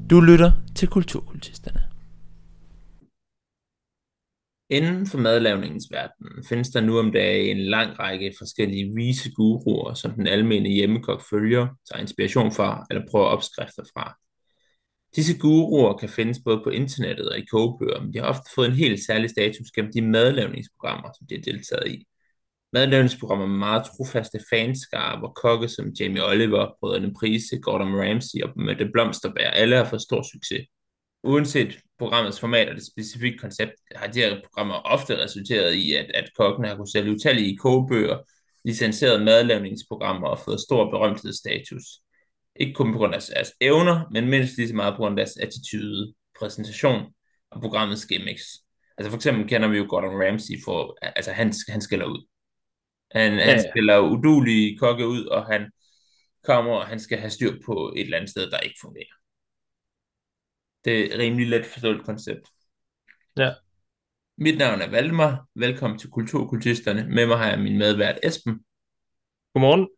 Du lytter til Kulturkultisterne. Inden for madlavningens verden findes der nu om dagen en lang række forskellige vise guruer, som den almene hjemmekok følger, tager inspiration fra eller prøver opskrifter fra. Disse guruer kan findes både på internettet og i kogebøger, men de har ofte fået en helt særlig status gennem de madlavningsprogrammer, som de har deltaget i. Madlavningsprogrammer med meget trofaste fanskare, hvor kokke som Jamie Oliver, Brødrene Price, Gordon Ramsay og Mette Blomsterberg alle har fået stor succes. Uanset programmets format og det specifikke koncept, har de her programmer ofte resulteret i, at kokkene har kunnet sælge utallige kogebøger, licenserede madlavningsprogrammer og fået stor berømthedsstatus. Ikke kun på grund af deres evner, men mindst lige så meget på grund af deres attitude, præsentation og programmets gimmicks. Altså for eksempel kender vi jo Gordon Ramsay for, altså han skiller ud. Ja, Han ja. skiller udulige kokke ud, og han kommer, og han skal have styr på et eller andet sted, der ikke fungerer. Det er et rimelig let forståeligt koncept. Ja. Mit navn er Valdemar. Velkommen til Kulturkultisterne. Med mig har jeg min medvært Esben. Godmorgen.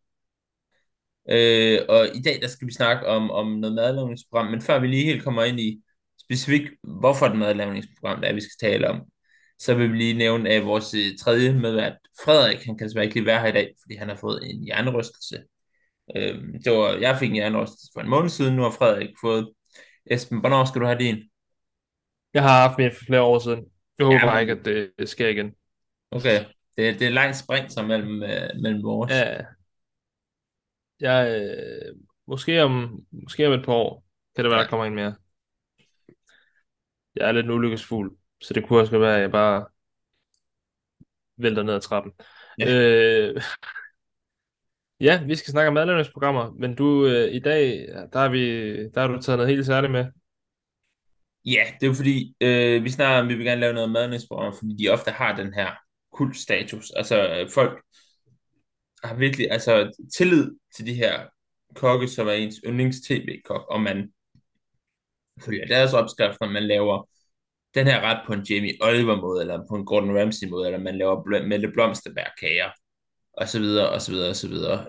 Og i dag der skal vi snakke om noget madlavningsprogram, men før vi lige helt kommer ind i specifikt, hvorfor et madlavningsprogram, der er, vi skal tale om, så vil vi lige nævne, at vores tredje medvært, Frederik, han kan desværre ikke lige være her i dag, fordi han har fået en hjernerystelse. Jeg fik en hjernerystelse for en måned siden, nu har Frederik fået. Esben, hvornår skal du have din? Jeg har haft min for flere år siden. Jeg håber Ja, bare ikke, at det sker igen. okay. Det er et langt spring så mellem vores. Ja, jeg, måske om et par år, kan det være, Ja. der kommer en mere. Jeg er lidt en ulykkesfugl, så det kunne også godt være, at jeg bare vælter ned ad trappen. Ja. Øh, ja, vi skal snakke om madlavningsprogrammer, men du, i dag, der har du taget noget helt særligt med. Ja, det er jo fordi, vi snakker om, vi vil gerne lave noget madlavningsprogrammer, fordi de ofte har den her kultstatus. Altså, folk har virkelig tillid til de her kokke, som er ens yndlings-tv-kok, og man følger deres opskrifter, man laver den her ret på en Jamie Oliver-måde, eller på en Gordon Ramsay-måde, eller man laver Mette Blomsterberg-kager, og så videre, og så videre, og så videre.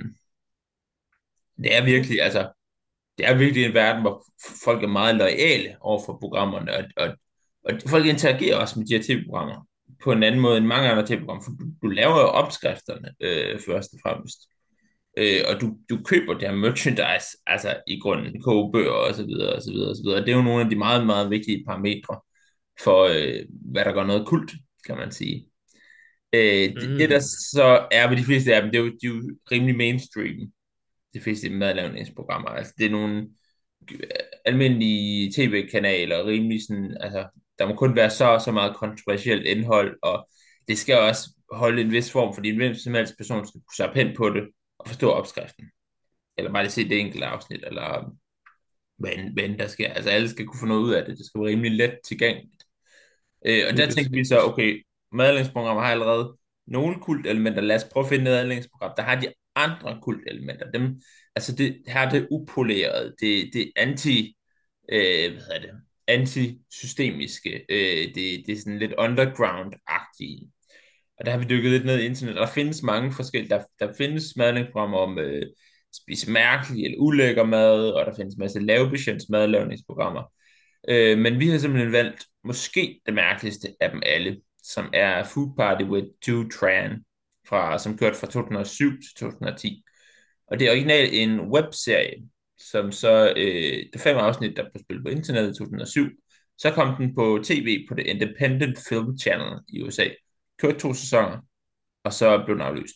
Det er virkelig, altså, det er virkelig en verden, hvor folk er meget loyale over for programmerne, og folk interagerer også med de her tv-programmer på en anden måde end mange andre tv-programmer, for du laver jo opskrifterne først og fremmest, og du køber det her merchandise, altså i grunden kogebøger og så videre, og så videre, og så videre. Det er jo nogle af de meget, meget vigtige parametre for, hvad der gør noget kult, kan man sige. Det der Mm. så er ved de fleste af dem, det er jo rimelig mainstream, de fleste madlavningsprogrammer. Altså, det er nogle almindelige tv-kanaler, rimelig sådan, altså, der må kun være så meget kontroversielt indhold, og det skal også holde en vis form, fordi en hvem som helst person skal kunne sætte hen på det og forstå opskriften. Eller bare lige se det enkelte afsnit, eller hvad end der sker. Altså alle skal kunne få noget ud af det. Det skal være rimelig let tilgængeligt. Og Lige der tænkte vi så, præcis. okay, madlavningsprogrammer har allerede nogle kultelementer. Lad os prøve at finde et madlavningsprogram. Der har de andre kultelementer. Dem, altså det her er det upolerede, det anti, hvad hedder det, antisystemiske, det er sådan lidt underground-agtige. Og der har vi dykket lidt ned i internet, og der findes mange forskellige, der findes madlavningsprogrammer om spise mærkelig eller ulækker mad, og der findes en masse lavbudgets madlavningsprogrammer. Men vi har simpelthen valgt måske det mærkeligste af dem alle, som er Food Party with Two Tran, som kørte fra 2007 til 2010. Og det er originalt en webserie, som så, det er 5 afsnit, der blev spillet på internettet i 2007. Så kom den på tv på det Independent Film Channel i USA. Kørte 2 sæsoner, og så blev den aflyst.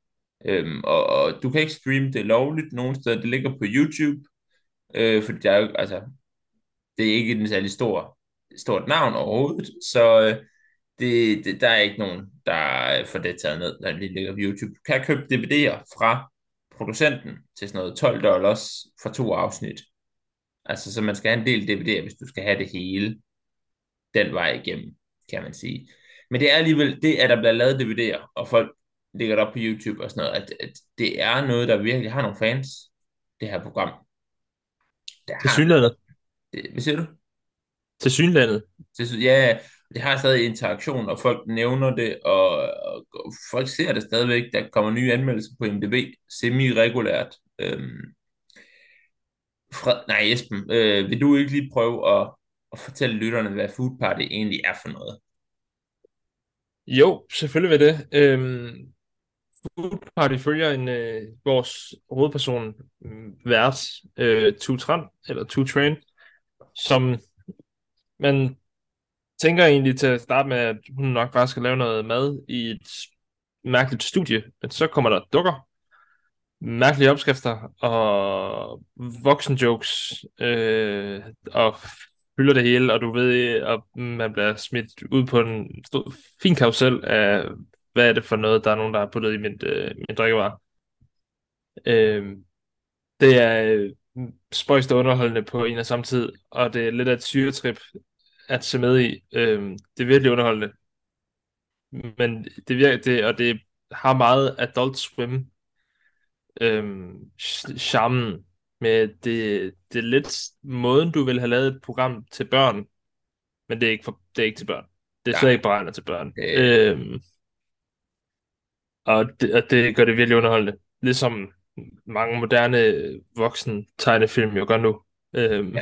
Og du kan ikke streame det lovligt nogen steder. Det ligger på YouTube, fordi der er jo, altså, det er ikke en særlig stort navn overhovedet, så der er ikke nogen, der får det taget ned, når det ligger på YouTube. Du kan købe DVD'er fra producenten til sådan noget $12 for 2 afsnit. Altså, så man skal have en del DVD'er, hvis du skal have det hele den vej igennem, kan man sige. Men det er alligevel det, at der bliver lavet DVD'er, og folk lægger det op på YouTube og sådan noget, at det er noget, der virkelig har nogle fans, det her program. Der Til har synlandet. hvad siger du? Til synlandet. Ja, det har stadig interaktion, og folk nævner det, og folk ser det stadigvæk. Der kommer nye anmeldelser på IMDb semi-regulært. Nej, Esben, vil du ikke lige prøve at fortælle lytterne, hvad Food Party egentlig er for noget? Jo, selvfølgelig vil det. Food Party følger vores hovedperson, vært, Tu Tran, eller Tu Train, som man tænker egentlig til at starte med, at hun nok bare skal lave noget mad i et mærkeligt studie, men så kommer der dukker, mærkelige opskrifter og voksenjokes, og fylder det hele, og du ved, og man bliver smidt ud på en stor, fin karusel af, hvad er det for noget, der er nogen, der har puttet i min drikkevarer. Øh, det er spøjst og underholdende på en og samme tid, og det er lidt af et syretrip at se med i. Det er virkelig underholdende, men og det har meget Adult Swim charmen med det er lidt måden, du vil have lavet et program til børn, men det er ikke til børn. Det er slet Nej, ikke beregnet til børn. øh, Og det gør det virkelig underholdende. Ligesom mange moderne voksen tegnefilm jo gør nu. Øhm, ja.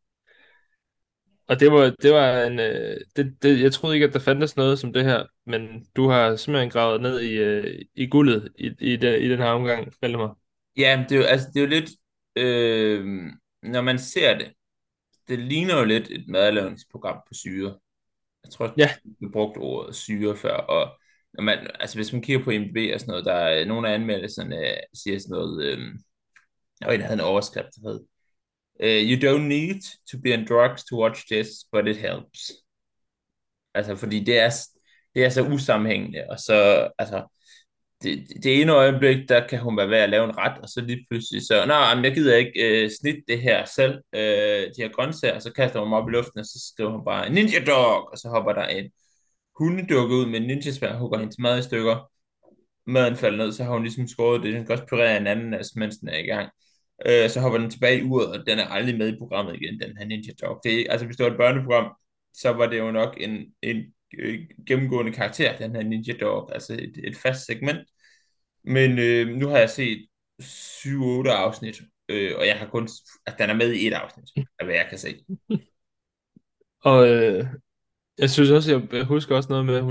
og jeg troede ikke, at der fandtes noget som det her, men du har simpelthen gravet ned i guldet i den her omgang, Valdemar. Ja, det er jo lidt, øh, når man ser det, det ligner jo lidt et madlavningsprogram på syre. Jeg tror, Ja, du brugte ordet syre før, og når man, altså hvis man kigger på IMDb og sådan noget, der er nogle af anmeldelserne, siger sådan noget, og en havde en overskrift, der hed, You don't need to be on drugs to watch this, but it helps. Altså, fordi det er så usammenhængende, og så, altså, det ene øjeblik, der kan hun være ved at lave en ret, og så lige pludselig så, nej, men jeg gider ikke snitte det her selv, de her grøntsager, og så kaster hun dem op i luften, og så skriver hun bare, Ninja Dog, og så hopper der en hundedukke ud med en ninja-sværd og hugger hendes mad i stykker. Maden falder ned, så har hun ligesom skåret det, den kan også purere en anden, altså, mens den er i gang. Så hopper den tilbage i uret, og den er aldrig med i programmet igen, den her Ninja Dog. Det er, altså, hvis det var et børneprogram, så var det jo nok en gennemgående karakter, den her Ninja Dog, altså et fast segment. Men nu har jeg set 7-8 afsnit, og jeg har kun, at den er med i et afsnit, af hvad jeg kan se. og jeg synes også, jeg husker også noget med, at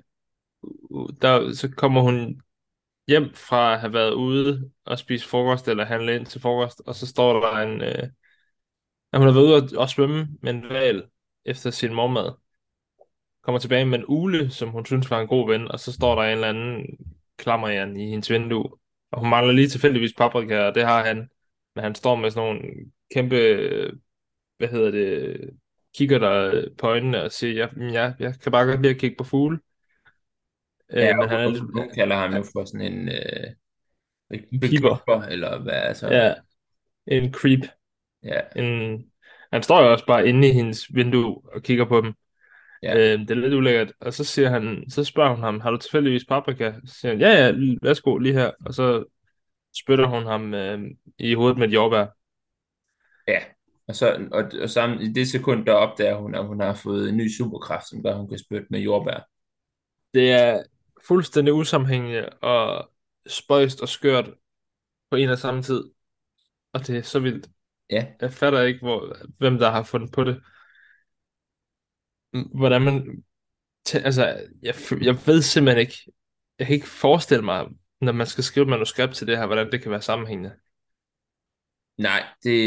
så kommer hun hjem fra at have været ude og spise frokost, eller handle ind til frokost, og så står der at hun har været ude og svømme med en hval efter sin morgenmad. Kommer tilbage med en ugle, som hun synes var en god ven, og så står der en eller anden klammerjern i hendes vindue. Og hun mangler lige tilfældigvis paprika, og det har han. Men han står med sådan nogle kæmpe, hvad hedder det, kigger der på øjnene og siger, jeg kan bare godt lide at kigge på fugle. Ja, Men han og er lidt hun kalder ham jo for sådan en en keeper. begriber, eller hvad, altså, Ja, en creep. ja, En, han står jo også bare inde i hendes vindue og kigger på dem. ja, Det er lidt ulækkert. Og så spørger hun ham, har du tilfældigvis paprika? Så siger han, ja, værsgo, lige her. Og så spytter hun ham i hovedet med et jordbær. ja. Og sammen i det sekund, der opdager hun, at hun har fået en ny superkraft, som gør, at hun kan spytte med jordbær. Det er fuldstændig usammenhængende og spøjst og skørt på en og samme tid. Og det er så vildt. Ja, Jeg fatter ikke, hvem der har fundet på det. Hvordan man... Altså, jeg ved simpelthen ikke... Jeg kan ikke forestille mig, når man skal skrive et manuskript til det her, hvordan det kan være sammenhængende. nej,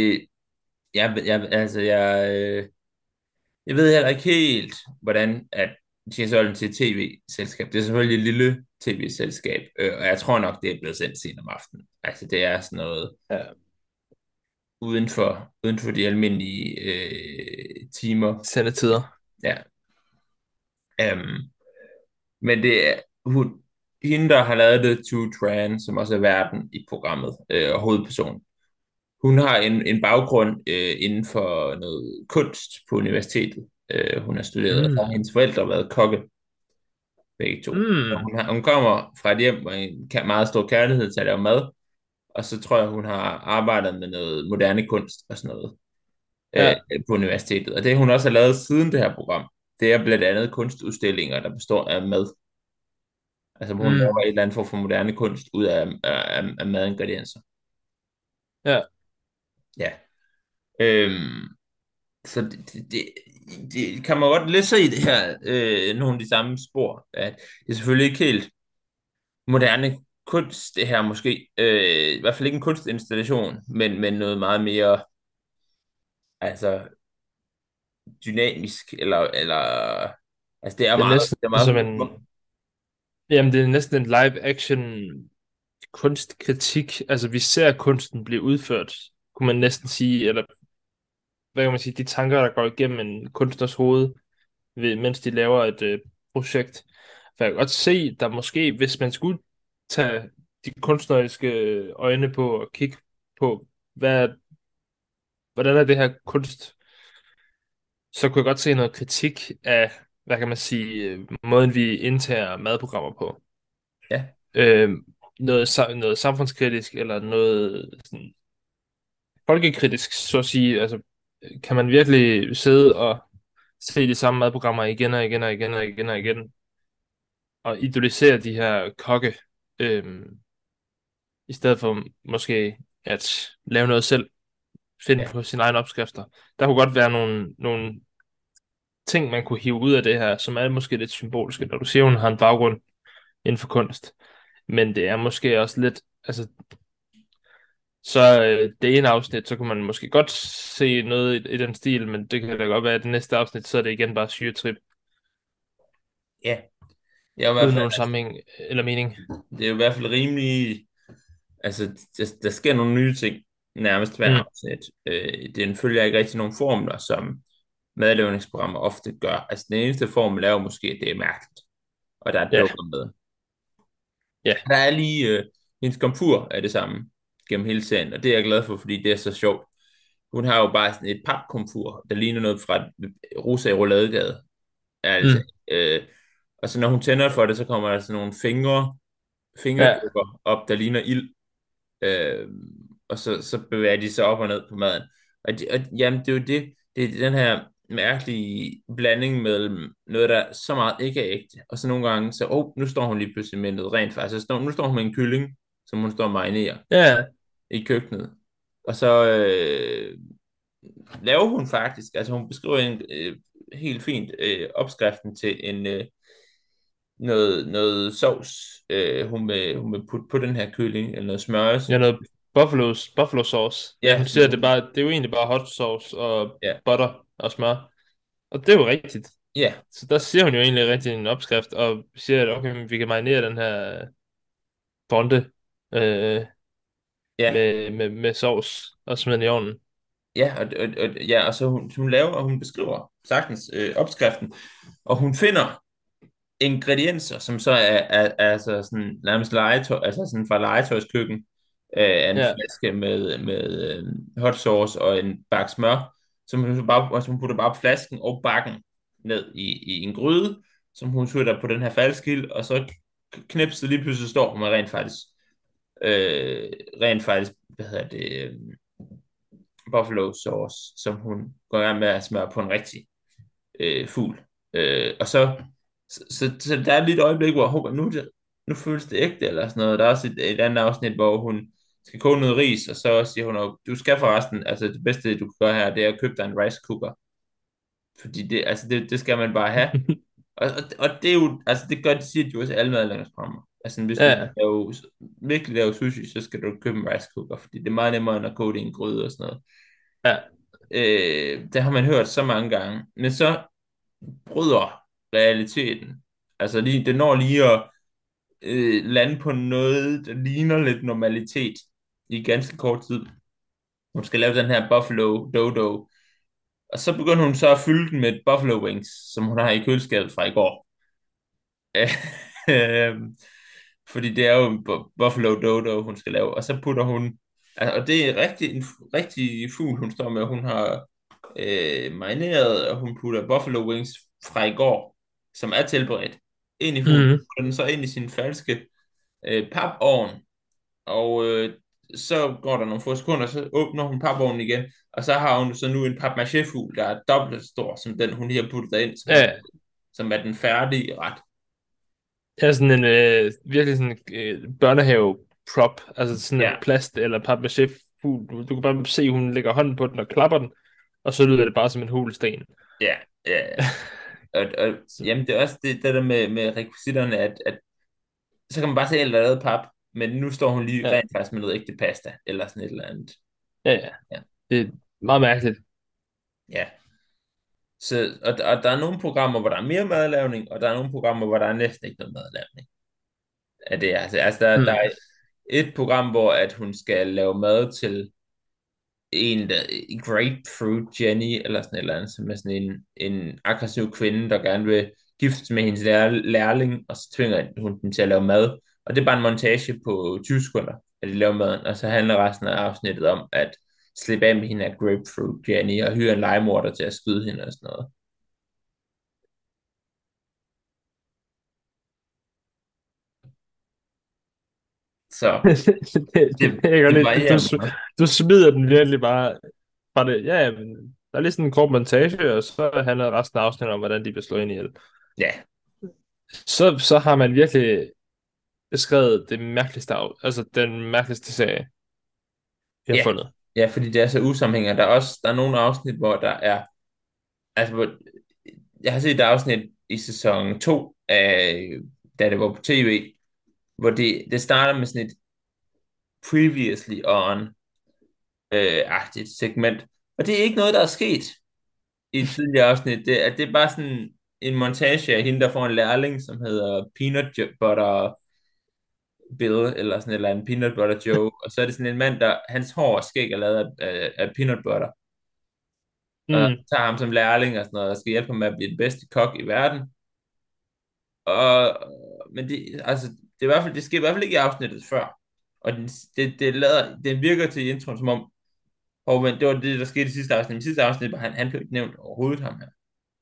jeg ved heller ikke helt, hvordan at de har solgt den til et tv-selskab. Det er selvfølgelig et lille tv-selskab, og jeg tror nok, det er blevet sendt sent om aftenen. Altså, det er sådan noget Ja. uden for de almindelige timer. Sendetider. Ja. Um, men det er hende, der har lavet det, To Tran, som også er verden i programmet, og hovedpersonen. Hun har en baggrund inden for noget kunst på universitetet. Hun har studeret, og så har Mm. hendes forældre været kokke, begge to. Og Mm. hun kommer fra et hjem, hvor en meget stor kærlighed til at lave mad, og så tror jeg, hun har arbejdet med noget moderne kunst og sådan noget Ja. på universitetet. Og det hun også har lavet siden det her program, det er blandt andet kunstudstillinger, der består af mad. Altså hvor hun laver Mm. et eller andet form for moderne kunst ud af madingredienser. Ja. Ja. Øhm, så det kan man godt lidt se i det her, nogle af de samme spor, at det er selvfølgelig ikke helt moderne kunst, det her måske. I hvert fald ikke en kunstinstallation, men noget meget mere altså dynamisk, eller altså Det er næsten det er meget som humor. en, jamen det er næsten en live action kunstkritik. Altså vi ser kunsten blive udført, kunne man næsten sige, eller hvad kan man sige, de tanker, der går igennem en kunstners hoved, mens de laver et projekt. For jeg kan godt se, der måske, hvis man skulle tage de kunstneriske øjne på og kigge på, hvordan er det her kunst, så kunne jeg godt se noget kritik af, hvad kan man sige, måden vi indtager madprogrammer på. Ja, Øh, noget samfundskritisk, eller noget sådan, folkekritisk, så at sige. Altså, kan man virkelig sidde og se de samme madprogrammer igen og igen og igen og igen og igen, og idolisere de her kokke, øh, i stedet for måske at lave noget selv, finde ja, på sine egne opskrifter. Der kunne godt være nogle ting, man kunne hive ud af det her, som er måske lidt symbolske, når du siger, hun har en baggrund inden for kunst. Men det er måske også lidt, altså, så det ene afsnit, så kunne man måske godt se noget i den stil, men det kan da godt være, at det næste afsnit, så er det igen bare syretrip, ja. Det er jo i hvert uden fald, nogen sammenhæng eller mening. det er jo i hvert fald rimelig, altså der sker nogle nye ting nærmest hver Mm, afsnit. Den følger ikke rigtig nogle formler, som madlavningsprogrammer ofte gør. Altså den eneste formel er jo måske, at det er mærkeligt, og der er et ja, dukker med. ja, Der er lige hendes komfur er det samme gennem hele serien, og det er jeg glad for, fordi det er så sjovt. Hun har jo bare sådan et papkomfur, der ligner noget fra Rosa i Rouladegade. Altså, mm, og så når hun tænder for det, så kommer der sådan nogle ja, fingerdukker op, der ligner ild. Øh, og så bevæger de sig op og ned på maden. Og jamen, det er jo det. Det er den her mærkelige blanding mellem noget, der så meget ikke er ægte, og så nogle gange, så nu står hun lige pludselig med noget rent faktisk. Nu står hun med en kylling, som hun står og marinerer ja, i køkkenet. Og så laver hun faktisk, altså hun beskriver helt fint opskriften til noget sovs, hun vil putte på den her kylling, eller noget smør, ja, noget buffalo sauce. Ja, ja, hun siger, at det er jo egentlig bare hot sauce og ja, butter og smør. Og det er jo rigtigt. ja, Så der siger hun jo egentlig rigtig en opskrift, og siger, at okay, men vi kan marinere den her fonde øh, ja, med sovs og smide den i ovnen. ja, ja, og så hun laver, og hun beskriver sagtens opskriften, og hun finder ingredienser, som så er altså sådan nærmest legetøj, altså sådan fra legetøjskøkken, af en Ja, flaske med hot sauce og en bakke smør, som hun, så bare, altså hun putter bare flasken og bakken ned i en gryde, som hun sætter på den her falskild, og så knipset lige pludselig står hun med øh, rent faktisk, hvad hedder det, buffalo sauce, som hun går i gang med at smøre på en rigtig fugl. Og så der er lige et øjeblik, hvor nu føles det ægte, eller sådan noget. Der er også et andet afsnit, hvor hun skal koge noget ris, og så siger hun, du skal forresten, altså det bedste, du kan gøre her, det er at købe dig en rice cooker. Fordi det skal man bare have. Og det er jo, altså det gør, det siger de jo også i alle madlavningsprogrammer. Altså hvis du skal ja, virkelig lave sushi, så skal du købe en rice cooker, fordi det er meget nemmere end at koge det i en gryde og sådan noget. ja. Det har man hørt så mange gange. Men så bryder realiteten. Altså det når lige at lande på noget, der ligner lidt normalitet i ganske kort tid. Hun skal lave den her Buffalo Dodo, og så begynder hun så at fylde den med Buffalo Wings, som hun har i køleskabet fra i går. Øhm, Fordi det er jo en Buffalo Dodo, hun skal lave, og så putter hun, altså, og det er en rigtig fugl, hun står med. Hun har marineret, og hun putter Buffalo Wings fra i går, som er tilberedt, ind i fuglen. Mm. Putter den så ind i sin falske papovn, og så går der nogle få sekunder, så åbner hun papovnen igen, og så har hun så nu en papmaché-fugl, der er dobbelt så stor som den, hun lige har puttet derind, Ja, som er den færdige ret. ja, sådan en virkelig sådan børnehave prop, altså sådan en Ja, plast eller papmaché Du kan bare se, hun lægger hånden på den og klapper den, og så lyder det bare som en hul sten. Ja, ja, ja. Og Så, jamen, det er også det der med rekvisitterne, at så kan man bare se, at alt er lavet pap, men nu står hun lige ja, rent faktisk med noget ægte pasta, eller sådan et eller andet. ja, ja. Ja, Det er meget mærkeligt. ja. Så, og der er nogle programmer, hvor der er mere madlavning, og der er nogle programmer, hvor der er næsten ikke noget madlavning. Er det, altså der Hmm. er et program, hvor at hun skal lave mad til en der, grapefruit Jenny, eller sådan et eller andet, som er sådan en aggressiv kvinde, der gerne vil giftes med hendes lærling, og så tvinger hun den til at lave mad. Og det er bare en montage på 20 sekunder, at de laver maden, og så handler resten af afsnittet om at slippe af med hende af grapefruit Jenny, og hyre en legemorder til at skyde hende og sådan noget. Så Jeg kan det lide, varierer meget. du smider den virkelig bare fra det. Ja, ja, men der er lige sådan en kort montage, og så handler resten af afsnittet om, hvordan de bliver slået ind ihjel. Ja, Så har man virkelig beskrevet det mærkeligste altså den mærkeligste serie, vi har ja, fundet. ja, fordi det er så usammenhængende. Der er nogle afsnit, hvor der er, altså hvor, jeg har set et afsnit i sæson 2 af, da det var på tv, hvor det starter med sådan et previously on agtigt segment. Og det er ikke noget, der er sket i et tidligere afsnit. Det er bare sådan en montage af hende, der får en lærling, som hedder Peanut Butter Bill, eller sådan et eller andet, Peanut Butter Joe. Og så er det sådan en mand, der, hans hår og skæg er lavet af peanut butter. Og Mm. tager ham som lærling og sådan noget, og skal hjælpe ham med at blive den bedste kok i verden. Og, men det, er i hvert fald, det sker i hvert fald ikke i afsnittet før. Og det virker til introen som om, men det var det, der skete i sidste afsnit. I sidste afsnit var han blev ikke nævnt overhovedet, ham her.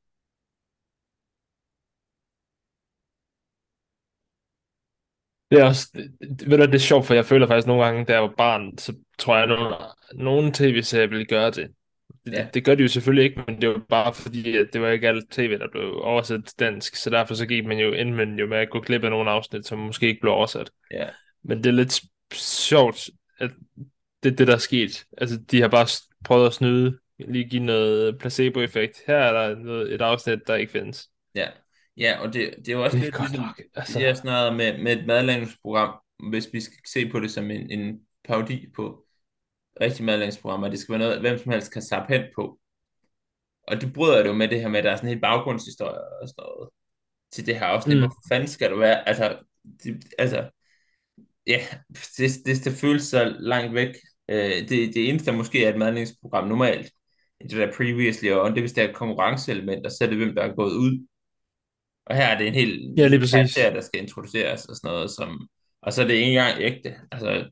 Det er også, ved du, det er sjovt, for jeg føler faktisk nogle gange, da jeg var barn, så tror jeg, at nogle tv-serier ville gøre det. Ja, Det gør de jo selvfølgelig ikke, men det var bare fordi, at det var ikke alt tv, der blev oversat til dansk, så derfor så gik man jo ind med at gå glip af nogle afsnit, som måske ikke blev oversat. ja, Men det er lidt sjovt, at det er det, der er sket. Altså, de har bare prøvet at snyde, lige give noget placebo-effekt. Her er der et afsnit, der ikke findes. ja. Ja, og det er jo også Det er lidt godt ligesom nok, altså. det er sådan noget med et madlavningsprogram, hvis vi skal se på det som en parodi på rigtige madlavningsprogrammer. Det skal være noget, hvem som helst kan zappe hen på. Og det bryder det jo med det her med, at der er sådan en helt baggrundshistorie og sådan noget til det her afsnit. Mm. Hvorfor fanden skal du være? Altså, ja, det føles så langt væk. Det eneste, der måske er et madlavningsprogram normalt, det der previously, og det er hvis der er et konkurrenceelement, og så er det, hvem der er gået ud. Og her er det en helt Ja, ny lige præcis. karakter, der skal introduceres og sådan noget, og så er det ikke engang ægte. Altså,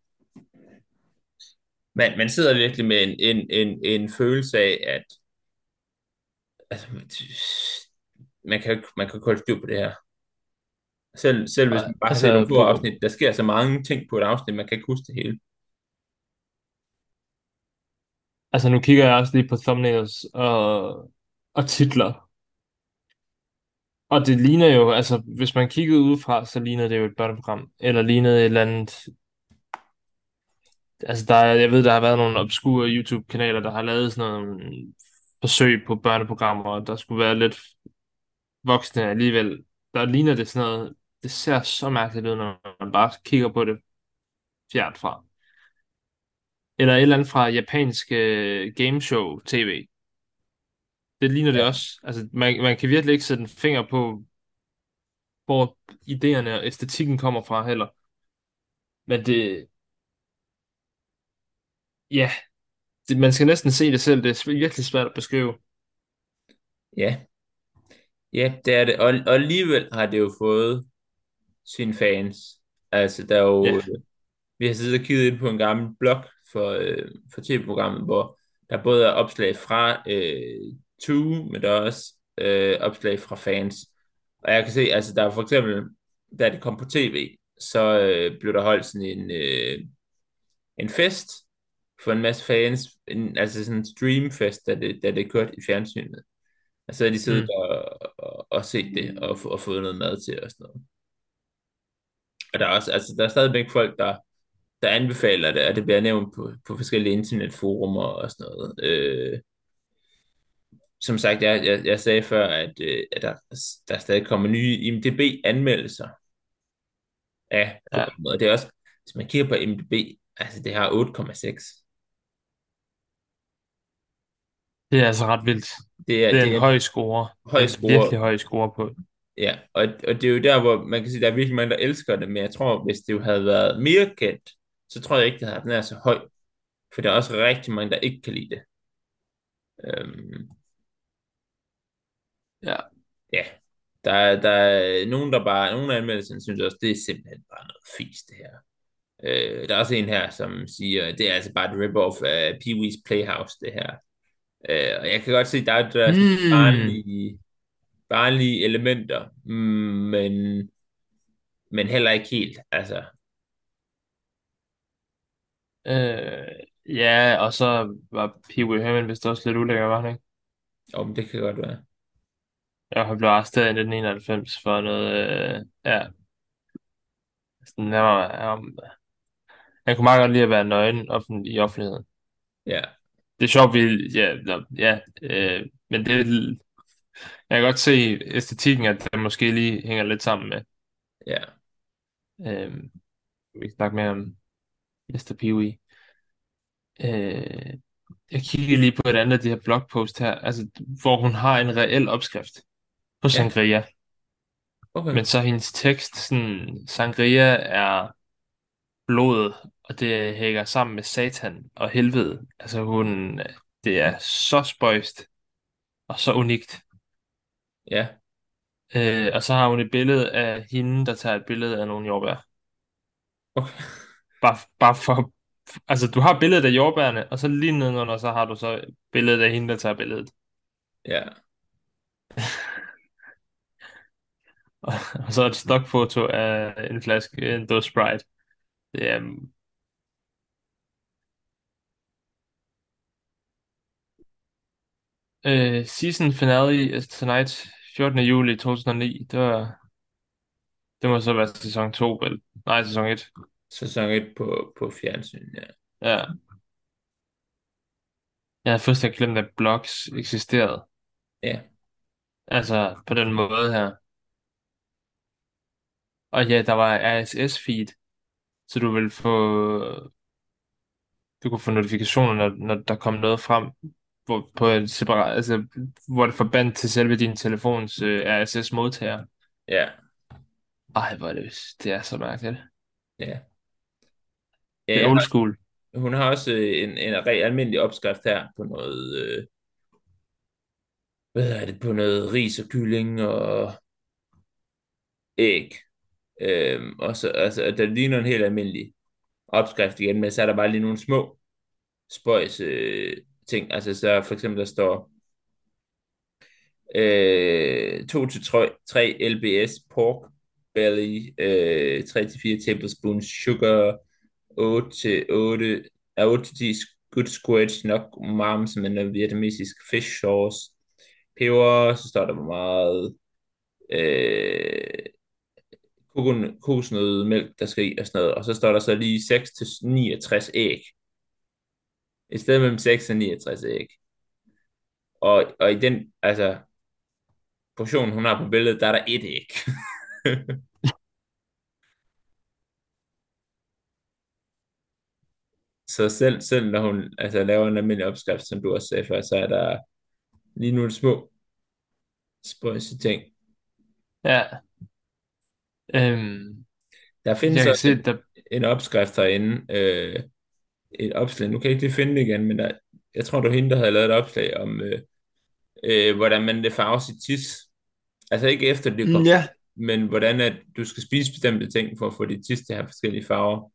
man sidder virkelig med en følelse af, at altså, man kan holde styr på det her. Selv hvis Og, man bare har set nogle altså, få afsnit, der sker så mange ting på et afsnit, man kan ikke huske det hele. nu kigger jeg også lige på thumbnails og titler. Og det ligner jo, altså, hvis man kiggede udefra, så ligner det jo et børneprogram. Eller lignede et eller andet. Altså, jeg ved, der har været nogle obskure YouTube-kanaler, der har lavet sådan nogle forsøg på børneprogrammer, og der skulle være lidt voksne alligevel. Der ligner det sådan noget. Det ser så mærkeligt ud, når man bare kigger på det fjernt fra. Eller et eller andet fra japansk gameshow tv. Det ligner det Ja, også. Altså, man kan virkelig ikke sætte en finger på, hvor idéerne og æstetikken kommer fra heller. Men ja, man skal næsten se det selv. Det er virkelig svært at beskrive. ja, ja, det er det. Og alligevel har det jo fået sine fans. Altså, der er jo, Ja. vi har siddet og kigget ind på en gammel blog for tv-programmet, hvor der både er opslag fra Tue, men der er også opslag fra fans. Og jeg kan se, altså der er for eksempel, da det kom på tv, så blev der holdt sådan en fest for en masse fans, altså sådan en streamfest, da det kørte i fjernsynet. Og så har de siddet Mm. og set det, og fået noget mad til og sådan noget. Og der er også, altså der er stadigvæk folk, der anbefaler det, og det bliver nævnt på forskellige internetforumer og sådan noget. Som sagt, jeg sagde før, at der stadig kommer nye IMDb-anmeldelser af Ja, programmet, og det er også, hvis man kigger på IMDb, altså det har 8,6. det er altså ret vildt. Det er en Det er høj score. Det er høj en virkelig score, høj score på. ja, og det er jo der, hvor man kan sige, der er virkelig mange, der elsker det, men jeg tror, hvis det jo havde været mere kendt, så tror jeg ikke, det havde den er så høj, for der er også rigtig mange, der ikke kan lide det. Øhm, Ja. ja, der er nogen, der bare, nogle af anmeldelserne synes også, det er simpelthen bare noget fis, det her. Der er også en her, som siger, det er altså bare et rip-off af Pee-wee's Playhouse, det her. Og jeg kan godt se, der er sådan Hmm. barnlige elementer, men heller ikke helt. Altså, Øh, ja, og så var Pee Wee Herman vist også lidt ulækker, var han ikke? men det kan godt være. Ja, han blev arresteret i 1991 for noget, ja, sådan, han kunne meget godt lide at være nøgen i offentligheden. Ja, Det er sjovt, ja, men jeg kan godt se æstetikken, at det måske lige hænger lidt sammen med, ja, øh, vi kan snakke mere om Mr. Pee Wee. Øh, jeg kigger lige på et andet af de her blogpost her, altså, hvor hun har en reel opskrift på ja, sangria. okay. Men så hendes tekst, sådan, sangria er blodet, og det hænger sammen med satan og helvede. Altså det er så spøjst og så unikt. Ja, Og så har hun et billede af hende, der tager et billede af nogle jordbær. okay. Bare for, altså du har billedet af jordbærne, og så lige nedenunder, så har du så billedet af hende, der tager billedet. Ja, Og så et stokfoto af en flaske, en dåse Sprite. Det er, season finale is tonight, 14. juli 2009. Det må så være sæson 2, vel? Nej, sæson 1. sæson 1 på fjernsyn, ja. Ja. Jeg havde fuldstændig glemt, at blogs eksisterede. Ja, Altså, på den måde her. Og ja, der var RSS-feed, så du kunne få notifikationer, når der kom noget frem, på en separat, altså, hvor det forbandt til selve din telefons RSS-modtager. ja, Ej, det er så mærkeligt. ja. Det er Ja, old school. hun har også en almindelig opskrift her på noget, hvad er det, på noget ris og kylling og æg. Og så, altså, der ligner en helt almindelig opskrift igen, men så er der bare lige nogle små spøjs ting. Altså, så for eksempel der står 2 til 3 lbs pork belly, 3 til 4 tablespoons sugar, 8 til 8 8 til 10 good squash nok umami, som er noget vietnamesisk fish sauce, peber, så står der hvor meget øh, kokosnød, mælk, der skal i og sådan noget, og så står der så lige 6 til 69 æg. Et sted mellem 6 og 69 æg. Og i den, altså, portion, hun har på billedet, der er der et æg. Så selv når hun altså, laver en almindelig opskrift, som du også sagde før, så er der lige nogle små spøjse ting. Ja. Øhm, Der findes jeg kan også se, der... en opskrift herinde, et opslag. Nu kan jeg ikke lige finde det igen, men jeg tror, det var hende, der havde lavet et opslag om, hvordan man det farver sit tis. Altså ikke efter det kommer, Ja. men hvordan at du skal spise bestemte ting for at få dit tis til at have forskellige farver.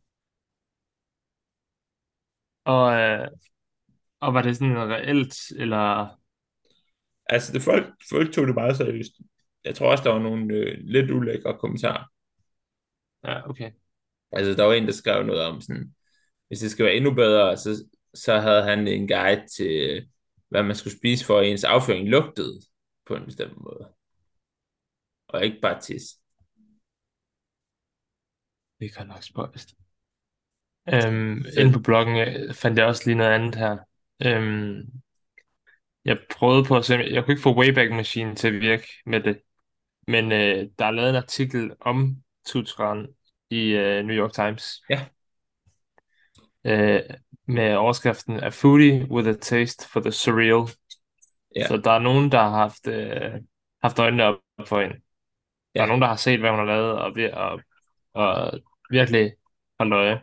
Og, og var det sådan reelt, eller... Altså, folk tog det meget seriøst. Jeg tror også, der var nogle lidt ulækre kommentarer. Ja, okay. Altså, der var en, der skrev noget om sådan, hvis det skal være endnu bedre, så havde han en guide til, hvad man skulle spise for, at ens afføring lugtede på en bestemt måde, og ikke bare tis. Det kan nok spøjst. Inde Så på bloggen fandt jeg også lige noget andet her. Øhm, jeg prøvede på at se, jeg kunne ikke få Wayback Machine til at virke med det, men der er lavet en artikel om Tutran i New York Times ja, øh, med overskriften A foodie with a taste for the surreal. ja, Så der er nogen, der har haft øjnene op for hende. Der er ja, nogen, der har set, hvad hun har lavet, og virkelig holdt øje.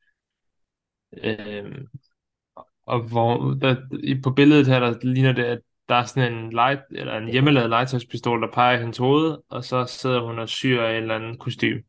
Øhm, og på billedet her, der ligner det, at der er sådan en hjemmelavet legetøjspistol, der peger i hendes hoved, og så sidder hun og syr en eller anden kostume.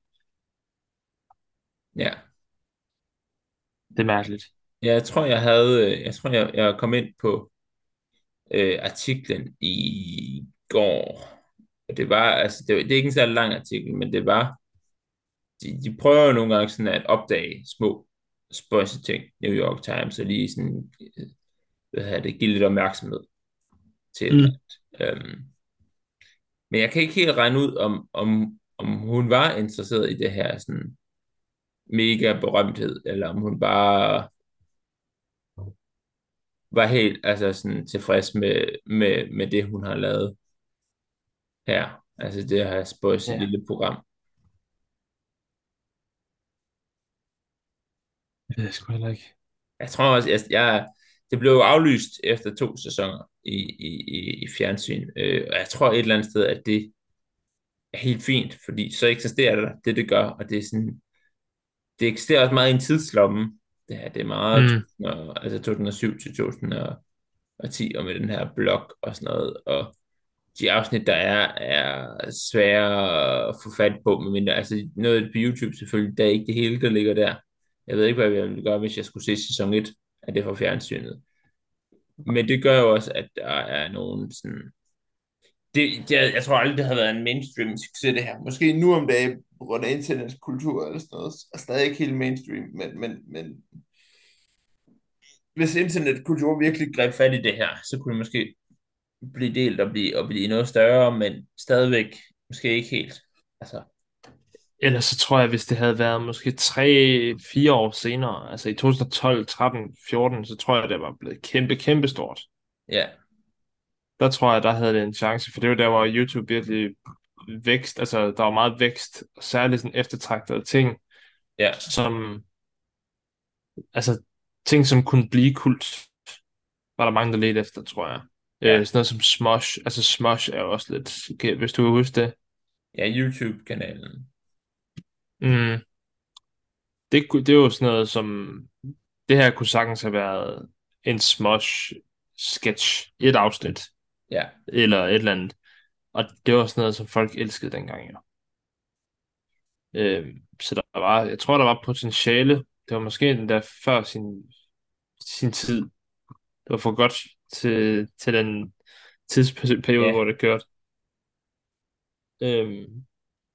ja. Det er mærkeligt. Jeg tror, jeg kom ind på artiklen i går. Og det var, altså, det er ikke en særlig lang artikel, men det var, de prøver jo nogle gange sådan at opdage små spøjse ting, New York Times, og lige sådan, hvad hedder det, give lidt opmærksomhed til et eller Mm. andet. Men jeg kan ikke helt regne ud, om hun var interesseret i det her sådan mega berømthed, eller om hun bare var helt altså sådan tilfreds med det, hun har lavet her. Altså det her spøjse Ja, lille program. det ved jeg sgu heller ikke. Jeg tror også, det blev jo aflyst efter 2 sæsoner i fjernsyn. Og jeg tror et eller andet sted, at det er helt fint, fordi så eksisterer det gør, og det er sådan, det eksisterer også meget i en tidslomme. Det her, det er meget Mm. altså 2007 til 2010, og med den her blog og sådan noget, og de afsnit, der er svære at få fat på, medmindre, altså noget på YouTube selvfølgelig, der er ikke det hele, der ligger der. Jeg ved ikke, hvad jeg ville gøre, hvis jeg skulle se sæson 1 af det fra fjernsynet. Men det gør jo også, at der er nogen sådan... jeg tror aldrig, det har været en mainstream succes, det her. Måske nu om dagen, på grund af internetkultur eller sådan noget, er stadig ikke helt mainstream, men hvis internetkultur virkelig greb fat i det her, så kunne det måske blive delt og blive noget større, men stadigvæk måske ikke helt. Altså, Ellers så tror jeg, hvis det havde været måske 3-4 år senere, altså i 2012, 13, 14, så tror jeg, det var blevet kæmpe, kæmpe stort. ja, Der tror jeg, der havde det en chance, for det var der, hvor YouTube virkelig vækst, altså der var meget vækst, og særligt sådan eftertragtede ting, ja, som, altså ting, som kunne blive kult, var der mange, der ledte efter, tror jeg. ja, Sådan noget som Smosh, altså Smosh er jo også lidt, okay, hvis du vil huske det. ja, YouTube-kanalen. Mm, det er jo sådan noget som, det her kunne sagtens have været en Smosh sketch, et afsnit, Ja, eller et eller andet. Og det var sådan noget, som folk elskede dengang, ja. Så jeg tror, der var potentiale. Det var måske den der før sin tid. Det var for godt til den tidsperiode, ja. hvor det kørte. Øhm,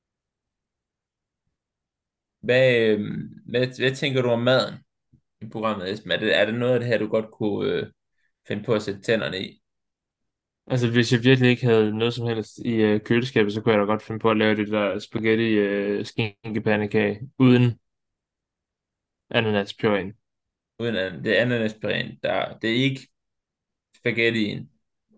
Hvad tænker du om maden i programmet, Esben? Er det noget af det her, du godt kunne finde på at sætte tænderne i? altså, hvis jeg virkelig ikke havde noget som helst i køleskabet, så kunne jeg da godt finde på at lave det der spaghetti skinkepandekage uden ananaspuré. Uden at det er ananaspirin, det er ikke spaghettien.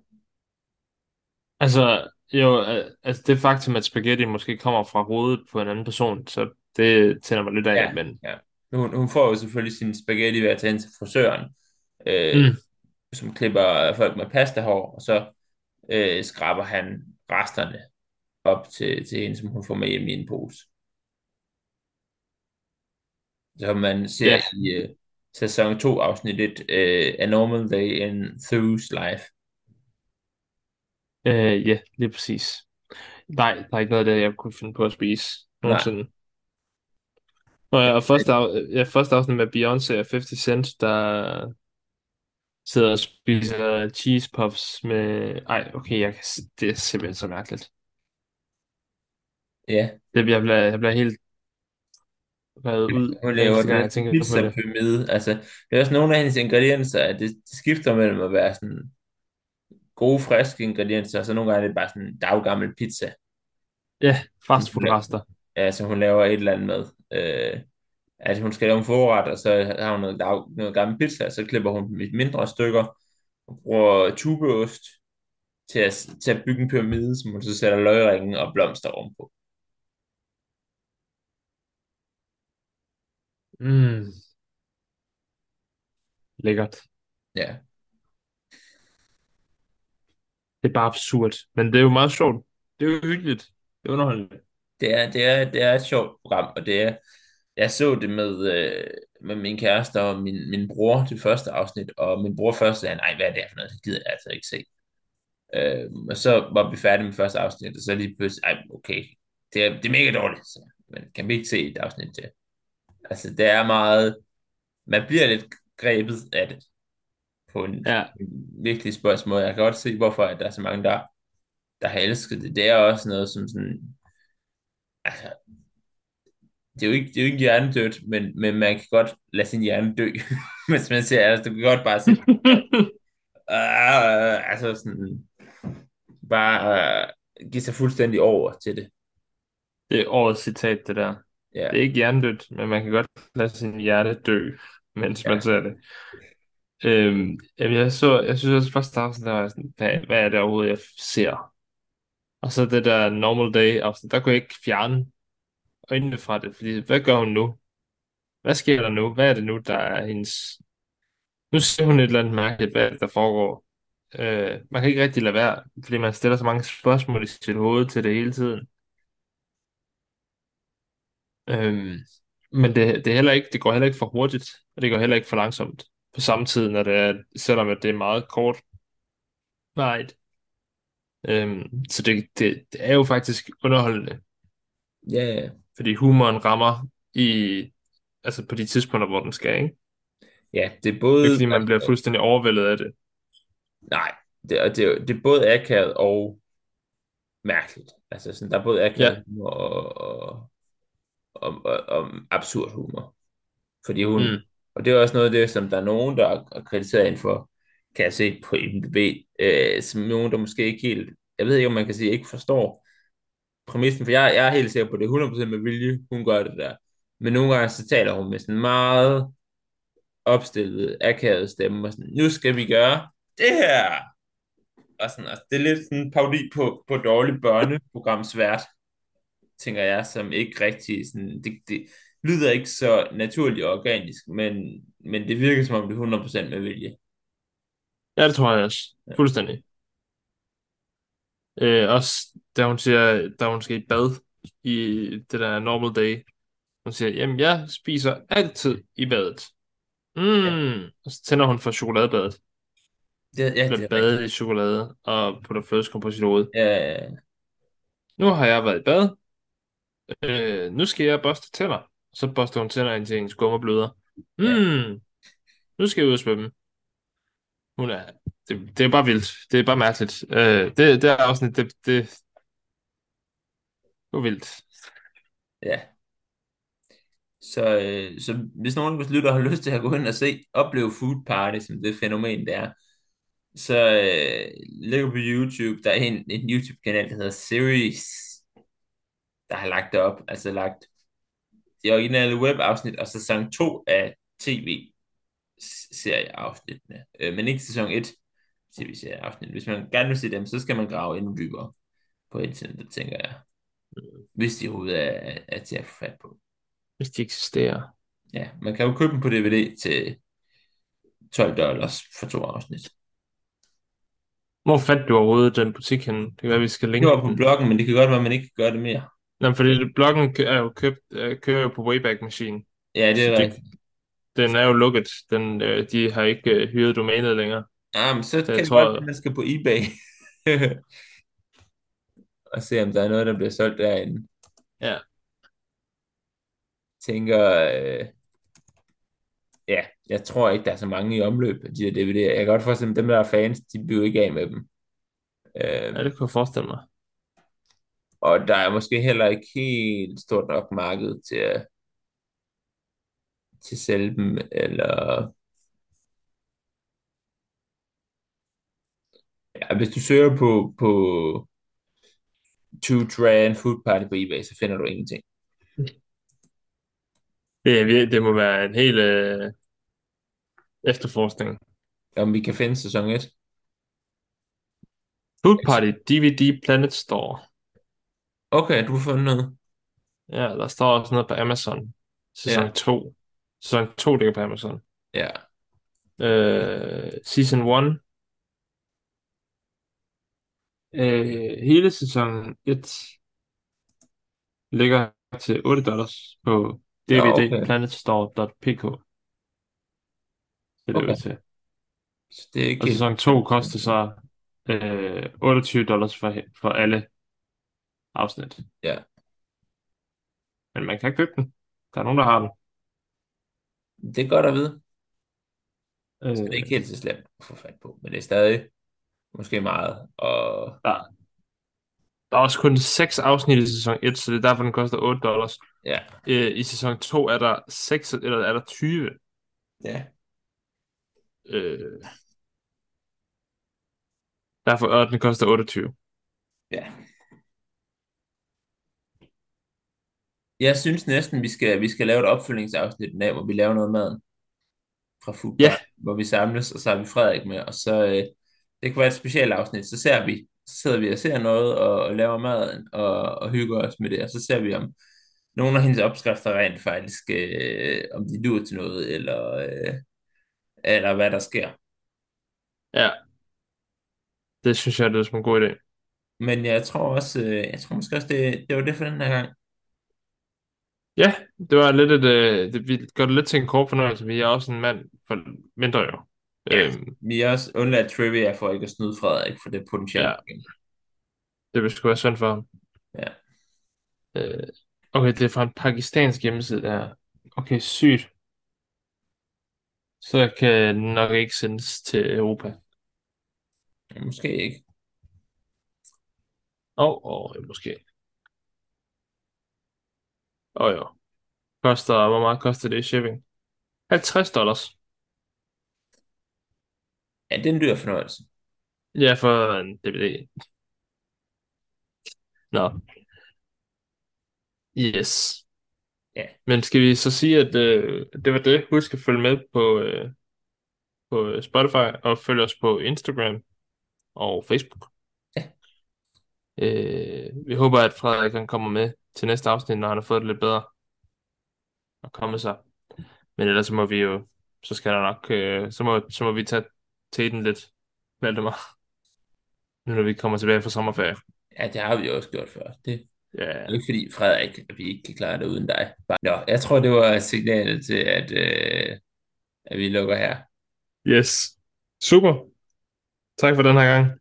Altså, altså det faktum, at spaghetti måske kommer fra hovedet på en anden person, så det tænder mig lidt af, Ja, men ja. Hun får jo selvfølgelig sin spaghetti ved at tage ind til frisøren, øh, mm, som klipper folk med pastahår, og så skraber han resterne op til hende, som hun får med hjem i en pose. Som man ser ja, i sæson 2, afsnit 1, A Normal Day in Thu's Life. ja, lige præcis. Nej, der er ikke noget af det, jeg kunne finde på at spise Nej, nogensinde. Og første afsnit med Beyoncé og 50 Cent, der sidder og spiser cheese puffs med... Ej, okay, det er simpelthen så mærkeligt. ja. Jeg bliver helt revet ud, Hun hver laver eneste den gang her jeg tænker på det. pizza-pyramide. Altså, det er også nogle af hendes ingredienser, at det skifter mellem at være sådan gode, friske ingredienser, og så nogle gange er det bare sådan en daggammel pizza, Ja, som hun, la- fastfoodrester. ja, som hun laver et eller andet med. at hun skal lave en forret, og så har hun noget gammel pizza, og så klipper hun dem i mindre stykker, og bruger tubeost til at bygge en pyramide, som hun så sætter løgringen og blomster ovenpå. Mm, lækkert. Ja, Det er bare absurd. Men det er jo meget sjovt. Det er jo hyggeligt. Det er underholdende. det er et sjovt program, og jeg så det med min kæreste og min bror, det første afsnit, og min bror først sagde, nej, hvad er det her for noget, det gider jeg altså ikke se. Og så var vi færdige med første afsnit, og så lige pludselig, ej, okay, det er mega dårligt, så, men kan vi ikke se et afsnit til? Altså, det er meget, man bliver lidt grebet af det på Ja. en virkelig spørgsmål. Jeg kan godt se, hvorfor at der er så mange, der har elsket det. Det er også noget som sådan, altså, det er jo ikke hjernedødt, men man kan godt lade sin hjerne dø, hvis man ser, altså, du kan godt bare se, altså sådan, bare give sig fuldstændig over til det. Det er årets citat, det der. Ja, Det er ikke hjernedødt, men man kan godt lade sin hjerte dø, mens man ja, ser det. Jamen jeg synes også første afsnit, der var jeg sådan, hvad er det overhovedet, jeg ser? Og så det der normal day afsnit, der kunne jeg ikke fjerne øjnene fra det, fordi hvad gør hun nu? Hvad sker der nu? Hvad er det nu, der er hendes... Nu ser hun et eller andet mærkeligt, hvad er det, der foregår? Man kan ikke rigtig lade være, fordi man stiller så mange spørgsmål i sit hoved til det hele tiden. Øhm, men det er heller ikke, det går heller ikke for hurtigt, og det går heller ikke for langsomt på samme tid, når det er, selvom at det er meget kort varigt. Så det er jo faktisk underholdende, ja, ja. fordi humoren rammer i, altså på de tidspunkter, hvor den skal, ikke? Ja, det er Det er ikke, både, fordi man bliver fuldstændig overvældet af det. nej, det er både akavet og mærkeligt. Altså sådan, der er både Ja. akavet humor og absurd humor. Fordi hun, Mm. og det er også noget af det, som der er nogen, der har kritiseret hende for, kan jeg se på IMDb, som nogen, der måske ikke helt, jeg ved ikke, om man kan sige, ikke forstår præmissen, for jeg er helt sikker på, at det er 100% med vilje, hun gør det der. Men nogle gange så taler hun med sådan meget opstillet, akavet stemme, og sådan, nu skal vi gøre det her. Og sådan, altså, det er lidt sådan en parodi på dårlig børneprogramsvært, tænker jeg, som ikke rigtig sådan, det lyder ikke så naturligt og organisk, men det virker som om det er 100% med vilje. Ja, det tror jeg også. Ja, Fuldstændig. Også da hun skal i bad i det der normal day. Hun siger, jamen jeg spiser altid i badet. ja, Og så tænder hun for chokoladebadet. ja, det Bliver er rigtigt. badet i chokolade og putter flødeskum på sit hoved. Ja, Nu har jeg været i bad. Nu skal jeg børste tænder. Så børster hun tænder ind til en skummerbløder. ja, Nu skal jeg ud og svømme. Hun er, det er bare vildt. Det er bare mærkeligt. Det er også sådan, det var vildt. ja. Så hvis nogen af vores lytter har lyst til at gå ind og opleve Food Party, som det fænomen det er, så ligger på YouTube, der er en YouTube-kanal, der hedder Series, der har lagt det op, altså lagt de originale webafsnit og sæson 2 af tv-serieafsnittene, men ikke sæson 1 tv-serieafsnit. Hvis man gerne vil se dem, så skal man grave endnu dybere på internettet, tænker jeg. Hvis de overhovedet er til at få fat på. Hvis de eksisterer. Ja, man kan jo købe dem på DVD til $12 for 2 afsnit. Hvor fandt du overhovedet den butik henne? Det kan være, vi skal Det linke var på den. bloggen, men det kan godt være, at man ikke kan gøre det mere. Nå, fordi bloggen er jo kører jo på Wayback Machine. Ja, det Så er rigtigt. den er jo lukket. De har ikke hyret domænet længere. Men så Så kan jeg det godt være, tror, at man skal på eBay og se, om der er noget, der bliver solgt derinde. ja, Tænker, ja, jeg tror ikke, der er så mange i omløb af de her DVD'er. Jeg kan godt forestille mig, dem, der er fans, de bliver ikke af med dem. ja, Øhm, det kunne jeg forestille mig. og der er måske heller ikke helt stort nok marked til at sælge dem, eller ja, hvis du søger på Two Tran Food Party på eBay, så finder du ingenting. Det må være en hel efterforskning. Om vi kan finde sæson 1. Food Party DVD Planet Store. Okay, du har fundet noget. Ja, der står også noget på Amazon. Ja, Sæson 2. Sæson 2 ligger på Amazon. ja. Season 1. Hele sæson 1 ligger til $8 på Nå, okay. dvdplanetstore.pk. Det er det ud Okay. til. Så det er ikke Og helt sæson 2 koster så $28 for alle afsnit. Ja, Men man kan købe den. Der er nogen, der har den. det er godt at vide. Så det er ikke Øh, helt så slemt at få fat på, men det er stadig måske meget. Og der, der er også kun 6 afsnit i sæson 1, så det er derfor, den koster $8. ja, I sæson 2 er der 6, eller er der 20. ja, Øh, derfor, og den koster 28. ja. Jeg synes næsten, vi skal lave et opfølgningsafsnit af, hvor vi laver noget mad fra Food Ja, Party, hvor vi samles, og så har vi Frederik med, og så det kunne være et specielt afsnit, så sidder vi og ser noget, og laver maden, og hygger os med det, og så ser vi, om nogle af hendes opskrifter rent faktisk, om de duer til noget, eller hvad der sker. ja, det synes jeg, det er som en god idé. Men jeg tror måske også, det var det for den her gang. Ja, det var lidt vi gør det lidt til en kort fornøjelse. Vi er også en mand for mindre jo. Ja, Øhm, vi har også undladt trivia for ikke at snyde Frederik for det potentielle. ja, det vil sgu være synd for ham. Ja, Øh, okay, det er fra en pakistansk hjemmeside der. Okay, sygt. Så kan den nok ikke sendes til Europa. måske ikke. Måske. Jo. Hvor meget koster det i shipping? $50. Ja, det er en dyr fornøjelse. Ja, for en DVD. Nå, yes. Ja, Men skal vi så sige, at det var det? Husk at følge med på Spotify og følge os på Instagram og Facebook. ja, Vi håber, at Frederik kan komme med til næste afsnit, når han har fået det lidt bedre og komme sig. Men ellers så må vi jo, så skal der nok, så må vi tage teten lidt, Valdemar, nu når vi kommer tilbage fra sommerferie. ja, det har vi jo også gjort før. Det er Ja, ikke fordi, Frederik, at vi ikke kan klare det uden dig. Nå, jeg tror, det var signalet til, at vi lukker her. yes. Super. Tak for den her gang.